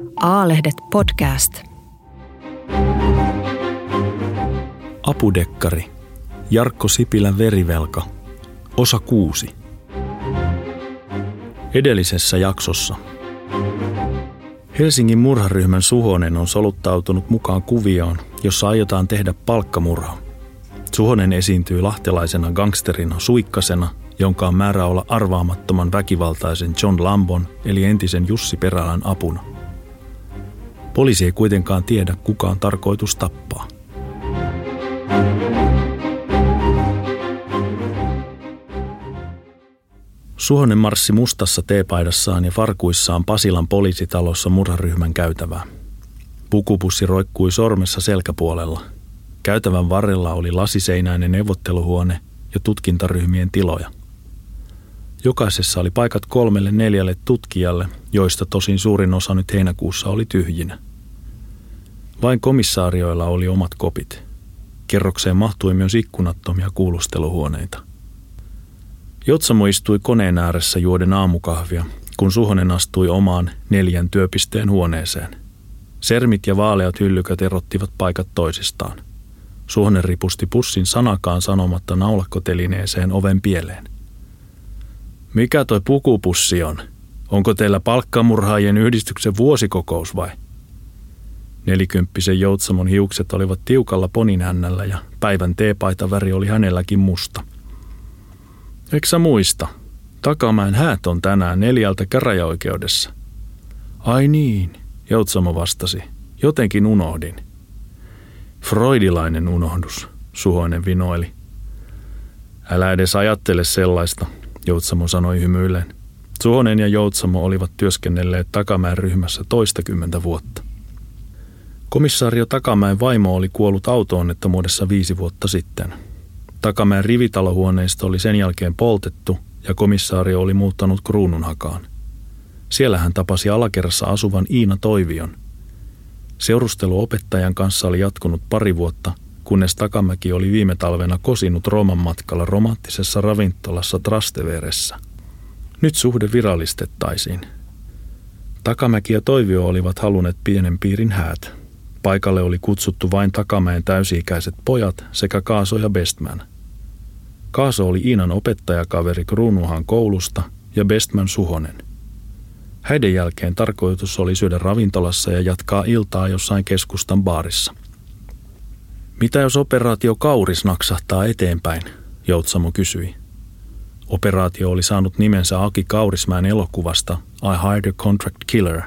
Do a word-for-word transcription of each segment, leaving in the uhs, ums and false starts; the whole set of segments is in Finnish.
A-lehdet podcast. Apudekkari. Jarkko Sipilän verivelka. Osa kuusi. Edellisessä jaksossa. Helsingin murharyhmän Suhonen on soluttautunut mukaan kuvioon, jossa aiotaan tehdä palkkamurha. Suhonen esiintyy lahtelaisena gangsterina Suikkasena, jonka on määrä olla arvaamattoman väkivaltaisen John Lambon eli entisen Jussi Perälän apuna. Poliisi ei kuitenkaan tiedä, kuka on tarkoitus tappaa. Suhonen marssi mustassa teepaidassaan ja farkuissaan Pasilan poliisitalossa murharyhmän käytävää. Pukupussi roikkui sormessa selkäpuolella. Käytävän varrella oli lasiseinäinen neuvotteluhuone ja tutkintaryhmien tiloja. Jokaisessa oli paikat kolmelle neljälle tutkijalle, joista tosin suurin osa nyt heinäkuussa oli tyhjinä. Vain komissaarioilla oli omat kopit. Kerrokseen mahtui myös ikkunattomia kuulusteluhuoneita. Joutsamo istui koneen ääressä juoden aamukahvia, kun Suhonen astui omaan neljän työpisteen huoneeseen. Sermit ja vaaleat hyllyköt erottivat paikat toisistaan. Suhonen ripusti pussin sanakaan sanomatta naulakkotelineeseen oven pieleen. Mikä toi pukupussi on? Onko teillä palkkamurhaajien yhdistyksen vuosikokous vai? Nelikymppisen Joutsamon hiukset olivat tiukalla poninhännällä ja päivän teepaitaväri oli hänelläkin musta. Eikö sä muista? Takamäen häät on tänään neljältä käräjäoikeudessa. Ai niin, Joutsamo vastasi. Jotenkin unohdin. Freudilainen unohdus, Suhonen vinoili. Älä edes ajattele sellaista, Joutsamo sanoi hymyillen. Suhonen ja Joutsamo olivat työskennelleet Takamäen ryhmässä toistakymmentä vuotta. Komissaario Takamäen vaimo oli kuollut auto-onnettomuudessa viisi vuotta sitten. Takamäen rivitalohuoneista oli sen jälkeen poltettu ja komissaario oli muuttanut Kruununhakaan. Siellä hän tapasi alakerrassa asuvan Iina Toivion. Seurustelu opettajan kanssa oli jatkunut pari vuotta, kunnes Takamäki oli viime talvena kosinut Rooman matkalla romanttisessa ravintolassa Trasteveressä. Nyt suhde virallistettaisiin. Takamäki ja Toivio olivat halunneet pienen piirin häät. Paikalle oli kutsuttu vain Takamäen täysi-ikäiset pojat sekä Kaaso ja Bestman. Kaaso oli Iinan opettajakaveri Kruununhaan koulusta ja Bestman Suhonen. Häiden jälkeen tarkoitus oli syödä ravintolassa ja jatkaa iltaa jossain keskustan baarissa. Mitä jos operaatio Kauris naksahtaa eteenpäin, Joutsamo kysyi. Operaatio oli saanut nimensä Aki Kaurismäen elokuvasta I Hired a Contract Killer.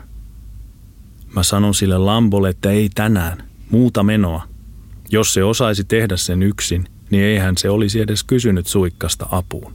Mä sanon sille Lambolle, että ei tänään, muuta menoa. Jos se osaisi tehdä sen yksin, niin eihän se olisi edes kysynyt Suikkasta apuun.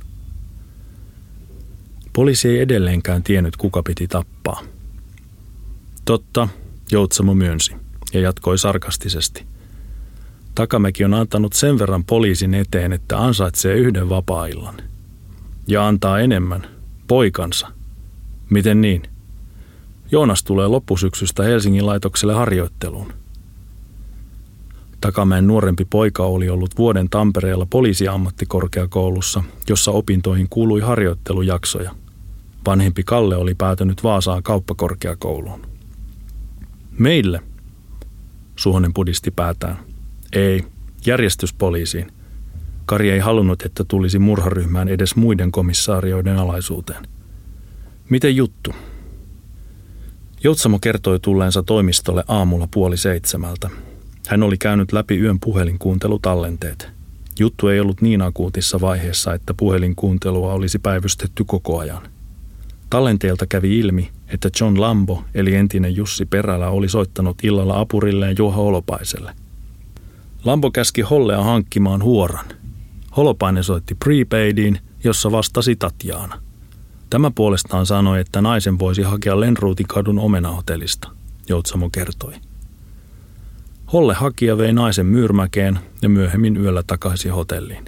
Poliisi ei edelleenkään tiennyt, kuka piti tappaa. Totta, Joutsamo myönsi ja jatkoi sarkastisesti. Takamäki on antanut sen verran poliisin eteen, että ansaitsee yhden vapaa-illan. Ja antaa enemmän, poikansa. Miten niin? Joonas tulee loppusyksystä Helsingin laitokselle harjoitteluun. Takamäen nuorempi poika oli ollut vuoden Tampereella poliisiammattikorkeakoulussa, jossa opintoihin kuului harjoittelujaksoja. Vanhempi Kalle oli päätynyt Vaasaan kauppakorkeakouluun. Meille? Suhonen pudisti päätään. Ei, järjestyspoliisiin. Kari ei halunnut, että tulisi murharyhmään edes muiden komissaarioiden alaisuuteen. Miten juttu? Joutsamo kertoi tulleensa toimistolle aamulla puoli seitsemältä. Hän oli käynyt läpi yön puhelinkuuntelutallenteet. Juttu ei ollut niin akuutissa vaiheessa, että puhelinkuuntelua olisi päivystetty koko ajan. Tallenteelta kävi ilmi, että John Lambo eli entinen Jussi Perälä oli soittanut illalla apurilleen Juha Holopaiselle. Lambo käski Hollea hankkimaan huoran. Holopainen soitti prepaidiin, jossa vastasi Tatjaana. Tämä puolestaan sanoi, että naisen voisi hakea Lenruutin kadun omenahotellista, Joutsamo kertoi. Holle haki ja vei naisen Myyrmäkeen ja myöhemmin yöllä takaisin hotelliin.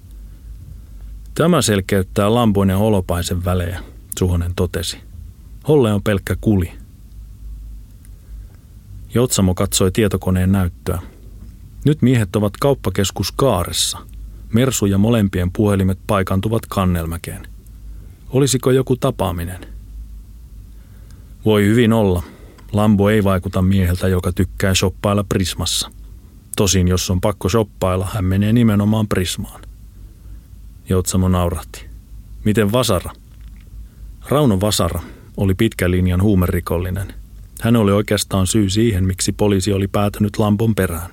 Tämä selkeyttää Lambon ja Holopaisen välejä, Suhonen totesi. Holle on pelkkä kuli. Joutsamo katsoi tietokoneen näyttöä. Nyt miehet ovat kauppakeskus Kaaressa. Mersu ja molempien puhelimet paikantuvat Kannelmäkeen. Olisiko joku tapaaminen? Voi hyvin olla, Lambo ei vaikuta mieheltä, joka tykkää shoppailla Prismassa. Tosin jos on pakko shoppailla, hän menee nimenomaan Prismaan. Joutsamo naurahti. Miten Vasara? Rauno Vasara oli pitkän linjan huumerikollinen. Hän oli oikeastaan syy siihen, miksi poliisi oli päätynyt Lambon perään.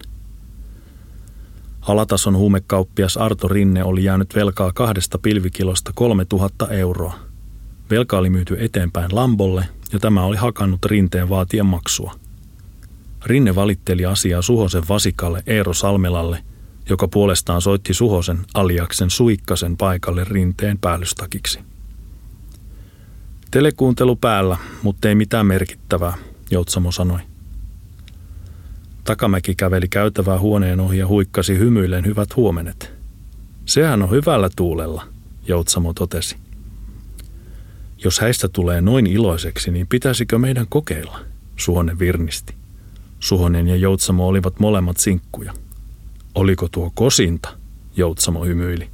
Alatason huumekauppias Arto Rinne oli jäänyt velkaa kahdesta pilvikilosta kolmetuhatta euroa. Velka oli myyty eteenpäin Lambolle ja tämä oli hakannut Rinteen vaatien maksua. Rinne valitteli asiaa Suhosen vasikalle Eero Salmelalle, joka puolestaan soitti Suhosen aliaksen Suikkasen paikalle Rinteen päällystakiksi. Telekuuntelu päällä, mutta ei mitään merkittävää, Joutsamo sanoi. Takamäki käveli käytävää huoneen ohi ja huikkasi hymyillen hyvät huomenet. Sehän on hyvällä tuulella, Joutsamo totesi. Jos häistä tulee noin iloiseksi, niin pitäisikö meidän kokeilla, Suhonen virnisti. Suhonen ja Joutsamo olivat molemmat sinkkuja. Oliko tuo kosinta, Joutsamo hymyili.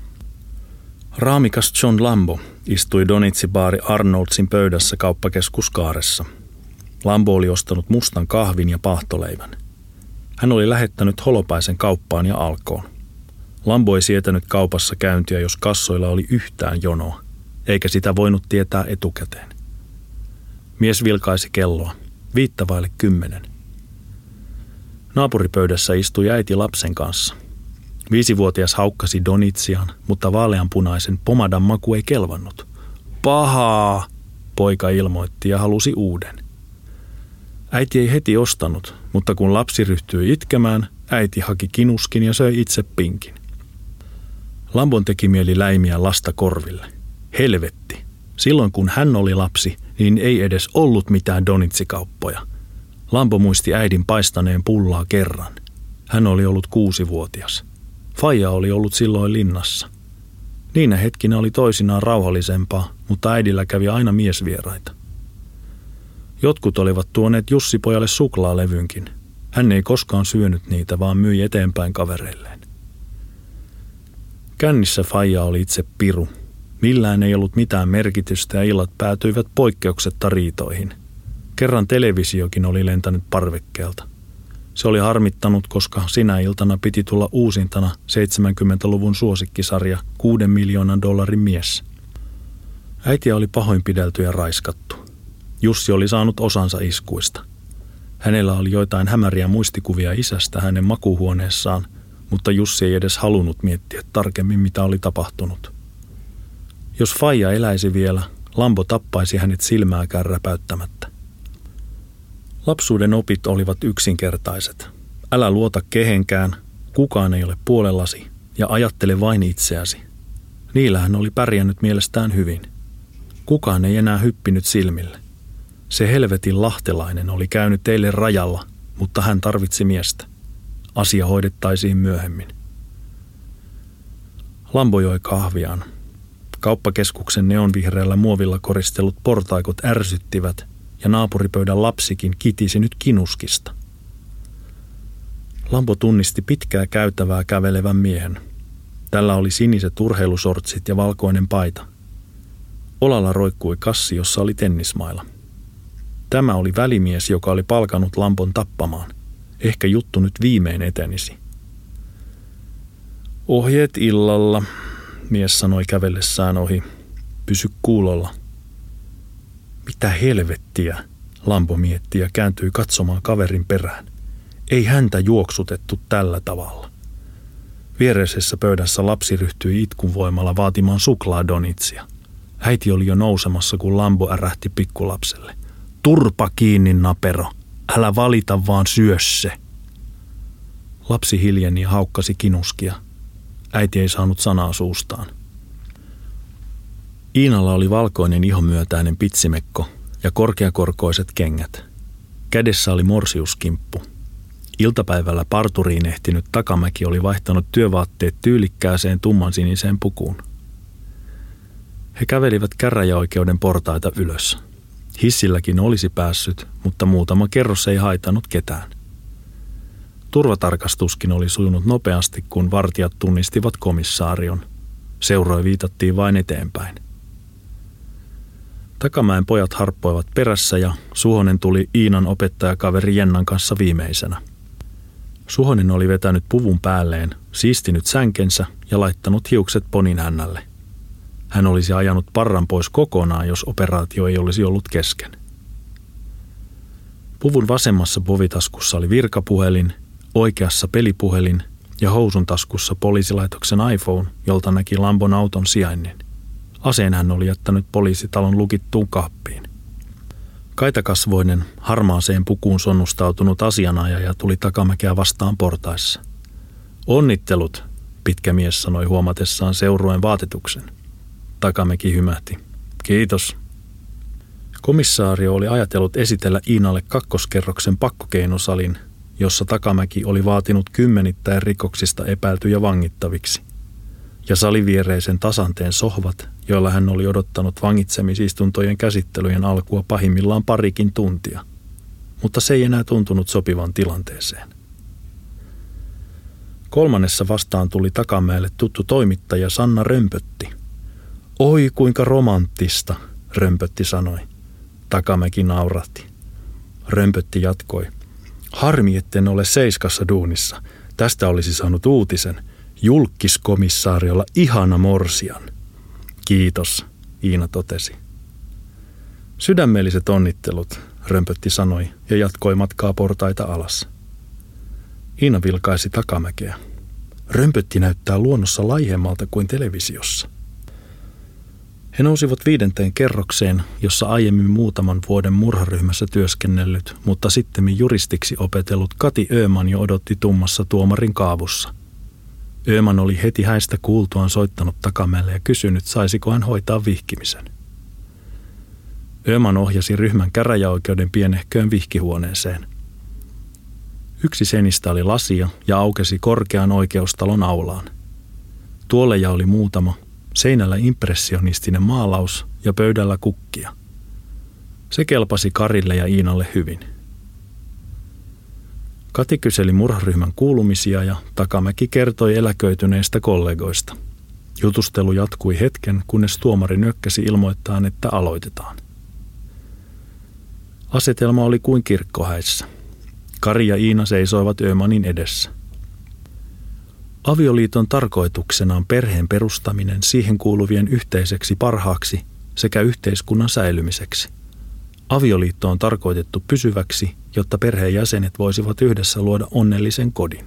Raamikas John Lambo istui Donitsi-baari Arnoldsin pöydässä kauppakeskus Kaaressa. Lambo oli ostanut mustan kahvin ja paahtoleivän. Hän oli lähettänyt Holopaisen kauppaan ja Alkoon. Lambo ei sietänyt kaupassa käyntiä, jos kassoilla oli yhtään jonoa, eikä sitä voinut tietää etukäteen. Mies vilkaisi kelloa, viittä vaille kymmenen. Naapuripöydässä istui äiti lapsen kanssa. Viisivuotias haukkasi Donitsian, mutta vaaleanpunaisen pomadan maku ei kelvannut. Pahaa, poika ilmoitti ja halusi uuden. Äiti ei heti ostanut, mutta kun lapsi ryhtyi itkemään, äiti haki kinuskin ja söi itse pinkin. Lambon teki mieli läimiä lasta korville. Helvetti. Silloin kun hän oli lapsi, niin ei edes ollut mitään Donitsikauppoja. Lambo muisti äidin paistaneen pullaa kerran. Hän oli ollut kuusivuotias. Faija oli ollut silloin linnassa. Niinä hetkinä oli toisinaan rauhallisempaa, mutta äidillä kävi aina miesvieraita. Jotkut olivat tuoneet Jussi-pojalle suklaalevynkin. Hän ei koskaan syönyt niitä, vaan myi eteenpäin kavereilleen. Kännissä faija oli itse piru. Millään ei ollut mitään merkitystä ja illat päätyivät poikkeuksetta riitoihin. Kerran televisiokin oli lentänyt parvekkeelta. Se oli harmittanut, koska sinä iltana piti tulla uusintana seitsemänkymmentäluvun suosikkisarja kuuden miljoonan dollarin mies. Äitiä oli pahoinpidelty ja raiskattu. Jussi oli saanut osansa iskuista. Hänellä oli joitain hämäriä muistikuvia isästä hänen makuuhuoneessaan, mutta Jussi ei edes halunnut miettiä tarkemmin, mitä oli tapahtunut. Jos faija eläisi vielä, Lambo tappaisi hänet silmääkään räpäyttämättä. Lapsuuden opit olivat yksinkertaiset. Älä luota kehenkään, kukaan ei ole puolellasi ja ajattele vain itseäsi. Niillä hän oli pärjännyt mielestään hyvin. Kukaan ei enää hyppinyt silmille. Se helvetin lahtelainen oli käynyt teille rajalla, mutta hän tarvitsi miestä. Asia hoidettaisiin myöhemmin. Lambo joi kahviaan. Kauppakeskuksen neonvihreällä muovilla koristellut portaikot ärsyttivät ja naapuripöydän lapsikin kitisi nyt kinuskista. Lambo tunnisti pitkää käytävää kävelevän miehen. Tällä oli siniset urheilusortsit ja valkoinen paita. Olalla roikkui kassi, jossa oli tennismaila. Tämä oli välimies, joka oli palkanut Lambon tappamaan. Ehkä juttu nyt viimein etenisi. Ohjeet illalla, mies sanoi kävellessään ohi. Pysy kuulolla. Mitä helvettiä, Lambo mietti ja kääntyi katsomaan kaverin perään. Ei häntä juoksutettu tällä tavalla. Viereisessä pöydässä lapsi ryhtyi itkun voimalla vaatimaan suklaadonitsia. Äiti oli jo nousemassa, kun Lambo ärähti pikkulapselle. Turpa kiinni, napero. Älä valita, vaan syö se. Lapsi hiljeni ja haukkasi kinuskia. Äiti ei saanut sanaa suustaan. Iinalla oli valkoinen ihomyötäinen pitsimekko ja korkeakorkoiset kengät. Kädessä oli morsiuskimppu. Iltapäivällä parturiin ehtinyt Takamäki oli vaihtanut työvaatteet tyylikkääseen tummansiniseen pukuun. He kävelivät käräjäoikeuden portaita ylös. Hissilläkin olisi päässyt, mutta muutama kerros ei haitannut ketään. Turvatarkastuskin oli sujunut nopeasti, kun vartijat tunnistivat komissaarion. Seuroi viitattiin vain eteenpäin. Takamäen pojat harppoivat perässä ja Suhonen tuli Iinan opettajakaveri Jennan kanssa viimeisenä. Suhonen oli vetänyt puvun päälleen, siistinyt sänkensä ja laittanut hiukset ponin hännälle. Hän olisi ajanut parran pois kokonaan, jos operaatio ei olisi ollut kesken. Puvun vasemmassa povitaskussa oli virkapuhelin, oikeassa pelipuhelin ja housun taskussa poliisilaitoksen iPhone, jolta näki Lambon auton sijainnin. Aseen hän oli jättänyt poliisitalon lukittuun kaappiin. Kaitakasvoinen, harmaaseen pukuun sonnustautunut asianajaja tuli Takamäkeä vastaan portaissa. Onnittelut, pitkä mies sanoi huomatessaan seurueen vaatetuksen. Takamäki hymähti. Kiitos. Komissaario oli ajatellut esitellä Iinalle kakkoskerroksen pakkokeinsalin, jossa Takamäki oli vaatinut kymmenittäin rikoksista epäiltyjä vangittaviksi, ja saliviereisen tasanteen sohvat, joilla hän oli odottanut vangitsemisistuntojen käsittelyjen alkua pahimmillaan parikin tuntia. Mutta se ei enää tuntunut sopivan tilanteeseen. Kolmannessa vastaan tuli Takamäelle tuttu toimittaja Sanna Römpötti. Oi kuinka romanttista, Römpötti sanoi. Takamäki naurahti. Römpötti jatkoi. Harmi, etten ole seiskassa duunissa. Tästä olisi saanut uutisen. Julkkiskomissaariolla ihana morsian. Kiitos, Iina totesi. Sydämelliset onnittelut, Römpötti sanoi ja jatkoi matkaa portaita alas. Iina vilkaisi Takamäkeä. Römpötti näyttää luonnossa laihemmalta kuin televisiossa. He nousivat viidenteen kerrokseen, jossa aiemmin muutaman vuoden murharyhmässä työskennellyt, mutta sittemmin juristiksi opetellut Kati Öhman jo odotti tummassa tuomarin kaavussa. Öhman oli heti häistä kuultuaan soittanut Takamäelle ja kysynyt, saisiko hän hoitaa vihkimisen. Öhman ohjasi ryhmän käräjäoikeuden pienehköön vihkihuoneeseen. Yksi senistä oli lasia ja aukesi korkean oikeustalon aulaan. Tuoleja oli muutama, seinällä impressionistinen maalaus ja pöydällä kukkia. Se kelpasi Karille ja Iinalle hyvin. Kati kyseli murharyhmän kuulumisia ja Takamäki kertoi eläköityneistä kollegoista. Jutustelu jatkui hetken, kunnes tuomari nyökkäsi ilmoittaen, että aloitetaan. Asetelma oli kuin kirkkohäissä. Kari ja Iina seisoivat Öhmanin edessä. Avioliiton tarkoituksena on perheen perustaminen siihen kuuluvien yhteiseksi parhaaksi sekä yhteiskunnan säilymiseksi. Avioliitto on tarkoitettu pysyväksi, jotta perheenjäsenet voisivat yhdessä luoda onnellisen kodin.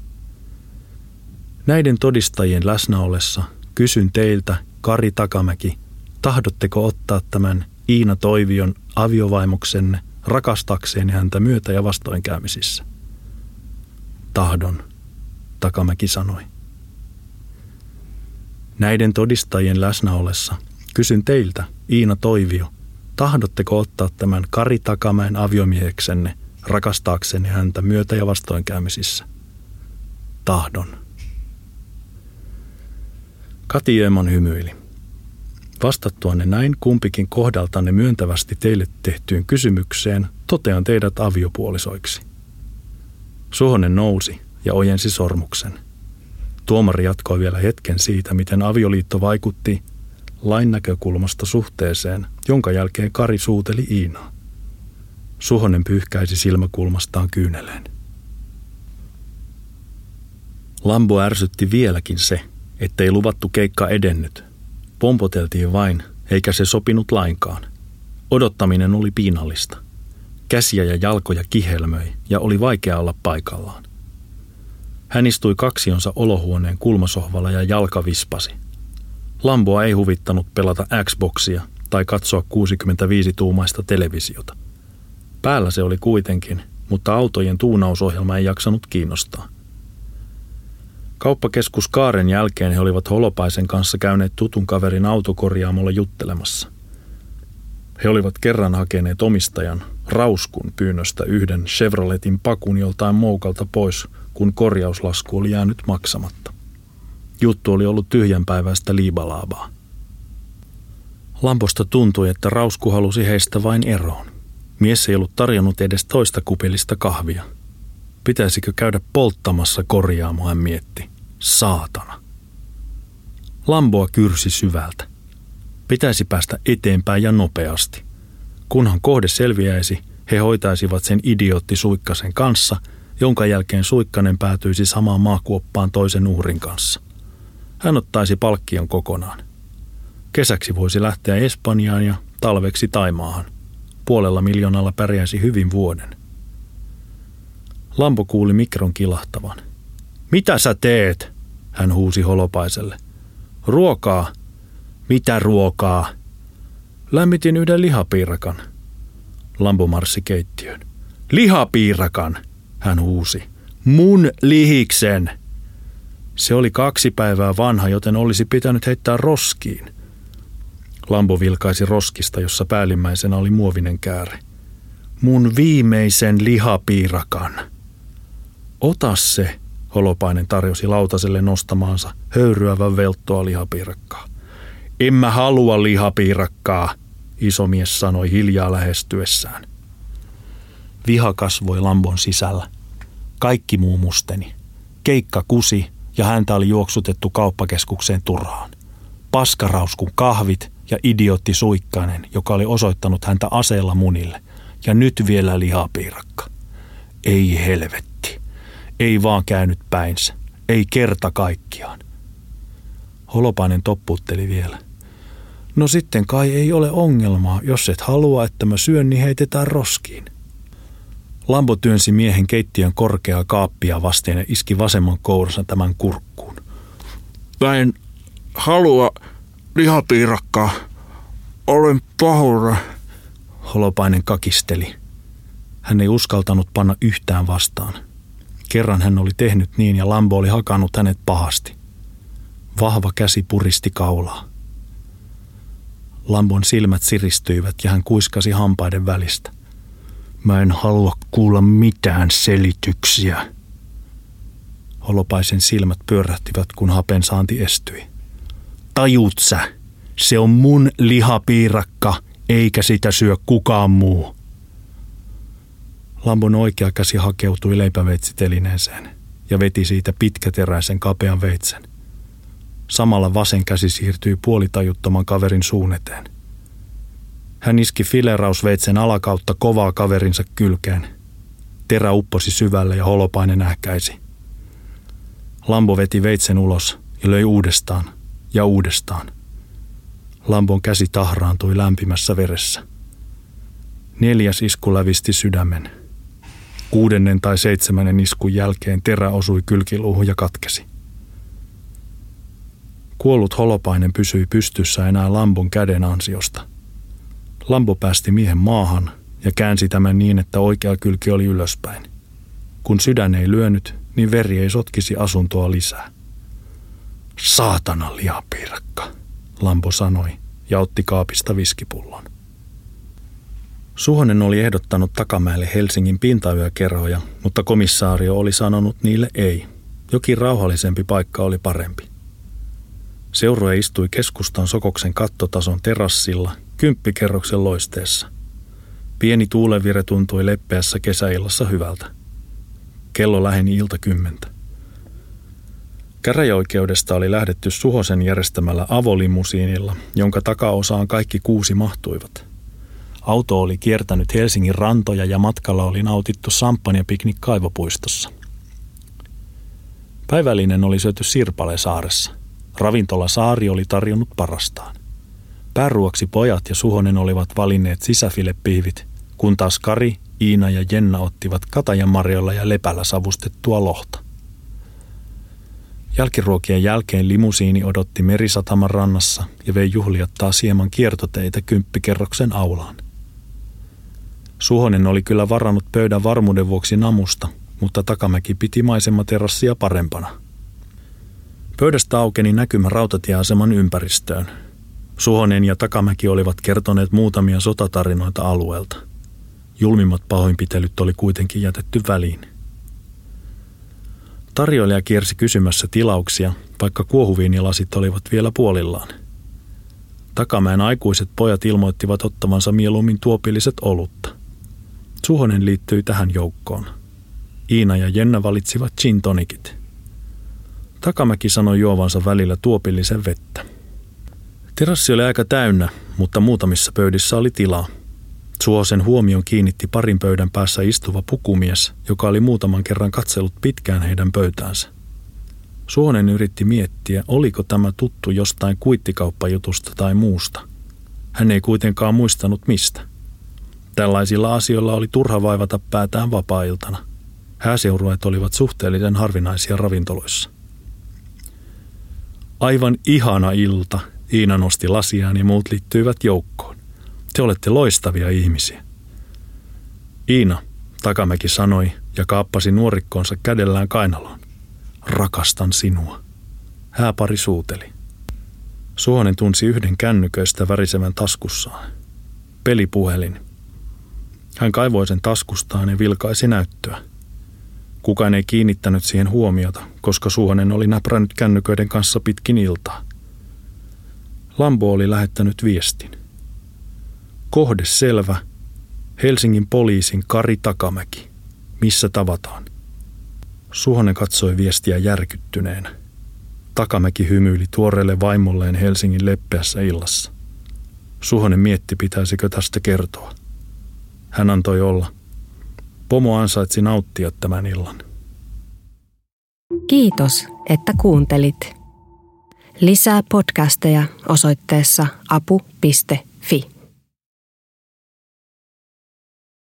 Näiden todistajien läsnäollessa kysyn teiltä, Kari Takamäki, tahdotteko ottaa tämän Iina Toivion aviovaimoksenne rakastakseen häntä myötä- ja vastoinkäymisissä? Tahdon, Takamäki sanoi. Näiden todistajien läsnäollessa kysyn teiltä, Iina Toivio, tahdotteko ottaa tämän Kari Takamäen aviomieheksenne rakastaaksenne häntä myötä- ja vastoinkäymisissä? Tahdon. Kati Öhman hymyili. Vastattuanne näin kumpikin kohdaltanne myöntävästi teille tehtyyn kysymykseen totean teidät aviopuolisoiksi. Suhonen nousi ja ojensi sormuksen. Tuomari jatkoi vielä hetken siitä, miten avioliitto vaikutti lain näkökulmasta suhteeseen, jonka jälkeen Kari suuteli Iinaa. Suhonen pyyhkäisi silmäkulmastaan kyyneleen. Lambo ärsytti vieläkin se, ettei luvattu keikka edennyt. Pompoteltiin vain, eikä se sopinut lainkaan. Odottaminen oli piinallista. Käsiä ja jalkoja kihelmöi ja oli vaikea olla paikallaan. Hän istui kaksionsa olohuoneen kulmasohvalla ja jalka vispasi. Lamboa ei huvittanut pelata Xboxia tai katsoa kuusikymmentäviisi-tuumaista televisiota. Päällä se oli kuitenkin, mutta autojen tuunausohjelma ei jaksanut kiinnostaa. Kauppakeskus Kaaren jälkeen he olivat Holopaisen kanssa käyneet tutun kaverin autokorjaamolla juttelemassa. He olivat kerran hakeneet omistajan Rauskun pyynnöstä yhden Chevroletin pakun joltain moukalta pois, kun korjauslasku oli jäänyt maksamatta. Juttu oli ollut tyhjänpäiväistä liibalaabaa. Lamposta tuntui, että Rausku halusi heistä vain eroon. Mies ei ollut tarjonnut edes toista kupillista kahvia. Pitäisikö käydä polttamassa korjaamo, hän mietti. Saatana. Lamboa kyrsi syvältä. Pitäisi päästä eteenpäin ja nopeasti. Kunhan kohde selviäisi, he hoitaisivat sen idiootti Suikkasen kanssa, jonka jälkeen Suikkanen päätyisi samaan maakuoppaan toisen uhrin kanssa. Hän ottaisi palkkion kokonaan. Kesäksi voisi lähteä Espanjaan ja talveksi Taimaahan. Puolella miljoonalla pärjäisi hyvin vuoden. Lambo kuuli mikron kilahtavan. Mitä sä teet? Hän huusi Holopaiselle. Ruokaa. Mitä ruokaa? Lämmitin yhden lihapiirakan. Lambo marssi keittiöön. Lihapiirakan, hän huusi. Mun lihiksen. Se oli kaksi päivää vanha, joten olisi pitänyt heittää roskiin. Lambo vilkaisi roskista, jossa päällimmäisenä oli muovinen kääre. Mun viimeisen lihapiirakan. Ota se, Holopainen tarjosi lautaselle nostamaansa höyryävän velttoa lihapiirakkaa. En mä halua lihapiirakkaa, isomies sanoi hiljaa lähestyessään. Viha kasvoi Lambon sisällä. Kaikki muu musteni. Keikka kusi ja häntä oli juoksutettu kauppakeskukseen turhaan. Paskarauskun kahvit ja idiootti Suikkanen, joka oli osoittanut häntä aseella munille. Ja nyt vielä lihapiirakka. Ei helvetti. Ei vaan käynyt päinsä. Ei kerta kaikkiaan. Holopainen toppuutteli vielä. No sitten kai ei ole ongelmaa, jos et halua, että mä syön, niin heitetään roskiin. Lambo työnsi miehen keittiön korkeaa kaappia vasten ja iski vasemman kouransa tämän kurkkuun. Mä en halua lihapiirakkaa. Olen pahoilla. Holopainen kakisteli. Hän ei uskaltanut panna yhtään vastaan. Kerran hän oli tehnyt niin ja Lambo oli hakannut hänet pahasti. Vahva käsi puristi kaulaa. Lambon silmät siristyivät ja hän kuiskasi hampaiden välistä. Mä en halua kuulla mitään selityksiä. Holopaisen silmät pyörähtivät, kun hapen saanti estyi. Tajut sä, se on mun lihapiirakka, eikä sitä syö kukaan muu. Lambon oikea käsi hakeutui leipäveitsitelineeseen ja veti siitä pitkäteräisen kapean veitsen. Samalla vasen käsi siirtyi puolitajuttoman kaverin suun eteen. Hän iski filerausveitsen alakautta kovaa kaverinsa kylkeen. Terä upposi syvälle ja Holopainen ähkäisi. Lambo veti veitsen ulos ja löi uudestaan ja uudestaan. Lambon käsi tahraantui lämpimässä veressä. Neljäs isku lävisti sydämen. Kuudennen tai seitsemännen iskun jälkeen terä osui kylkiluuhun ja katkesi. Kuollut Holopainen pysyi pystyssä enää Lambon käden ansiosta. Lambo päästi miehen maahan ja käänsi tämän niin, että oikea kylki oli ylöspäin. Kun sydän ei lyönyt, niin veri ei sotkisi asuntoa lisää. Saatana lihapiirakka, Lambo sanoi ja otti kaapista viskipullon. Suhonen oli ehdottanut Takamäelle Helsingin pintayökerhoja, mutta komissaario oli sanonut niille ei. Jokin rauhallisempi paikka oli parempi. Seurue istui keskustan Sokoksen kattotason terassilla kymppikerroksen loisteessa. Pieni tuulenvire tuntui leppeässä kesäillassa hyvältä. Kello läheni ilta kymmentä. Käräjäoikeudesta oli lähdetty Suhosen järjestämällä avolimusiinilla, jonka takaosaan kaikki kuusi mahtuivat. Auto oli kiertänyt Helsingin rantoja ja matkalla oli nautittu samppanjapiknik kaivopuistossa. Päivällinen oli syöty Sirpalesaaressa. Ravintola Saari oli tarjonnut parastaan. Pääruoksi pojat ja Suhonen olivat valinneet sisäfilepihvit, kun taas Kari, Iina ja Jenna ottivat katajanmarjoilla ja lepällä savustettua lohta. Jälkiruokien jälkeen limusiini odotti Merisataman rannassa ja vei juhlijat taas hieman kiertoteitä kymppikerroksen aulaan. Suhonen oli kyllä varannut pöydän varmuuden vuoksi namusta, mutta Takamäki piti maisematerassia parempana. Pöydästä aukeni näkymä rautatieaseman ympäristöön. Suhonen ja Takamäki olivat kertoneet muutamia sotatarinoita alueelta. Julmimmat pahoinpitelyt oli kuitenkin jätetty väliin. Tarjoilija kiersi kysymässä tilauksia, vaikka kuohuviinilasit olivat vielä puolillaan. Takamäen aikuiset pojat ilmoittivat ottavansa mieluummin tuopilliset olutta. Suhonen liittyi tähän joukkoon. Iina ja Jenna valitsivat gin tonicit. Takamäki sanoi juovansa välillä tuopillisen vettä. Terassi oli aika täynnä, mutta muutamissa pöydissä oli tilaa. Suhosen huomion kiinnitti parin pöydän päässä istuva pukumies, joka oli muutaman kerran katsellut pitkään heidän pöytäänsä. Suhonen yritti miettiä, oliko tämä tuttu jostain kuittikauppajutusta tai muusta. Hän ei kuitenkaan muistanut mistä. Tällaisilla asioilla oli turha vaivata päätään vapaa-iltana. Hääseurueet olivat suhteellisen harvinaisia ravintoloissa. Aivan ihana ilta, Iina nosti lasiaan ja muut liittyivät joukkoon. Te olette loistavia ihmisiä. Iina, Takamäki sanoi ja kaappasi nuorikkoonsa kädellään kainaloon. Rakastan sinua. Hääpari suuteli. Suhonen tunsi yhden kännyköistä värisevän taskussaan. Pelipuhelin. Hän kaivoi sen taskustaan ja vilkaisi näyttöä. Kukaan ei kiinnittänyt siihen huomiota, koska Suhonen oli näprännyt kännyköiden kanssa pitkin iltaa. Lambo oli lähettänyt viestin. Kohde selvä. Helsingin poliisin Kari Takamäki. Missä tavataan? Suhonen katsoi viestiä järkyttyneenä. Takamäki hymyili tuoreelle vaimolleen Helsingin leppeässä illassa. Suhonen mietti, pitäisikö tästä kertoa. Hän antoi olla. Pomo ansaitsi nauttia tämän illan. Kiitos, että kuuntelit. Lisää podcasteja osoitteessa apu piste fi.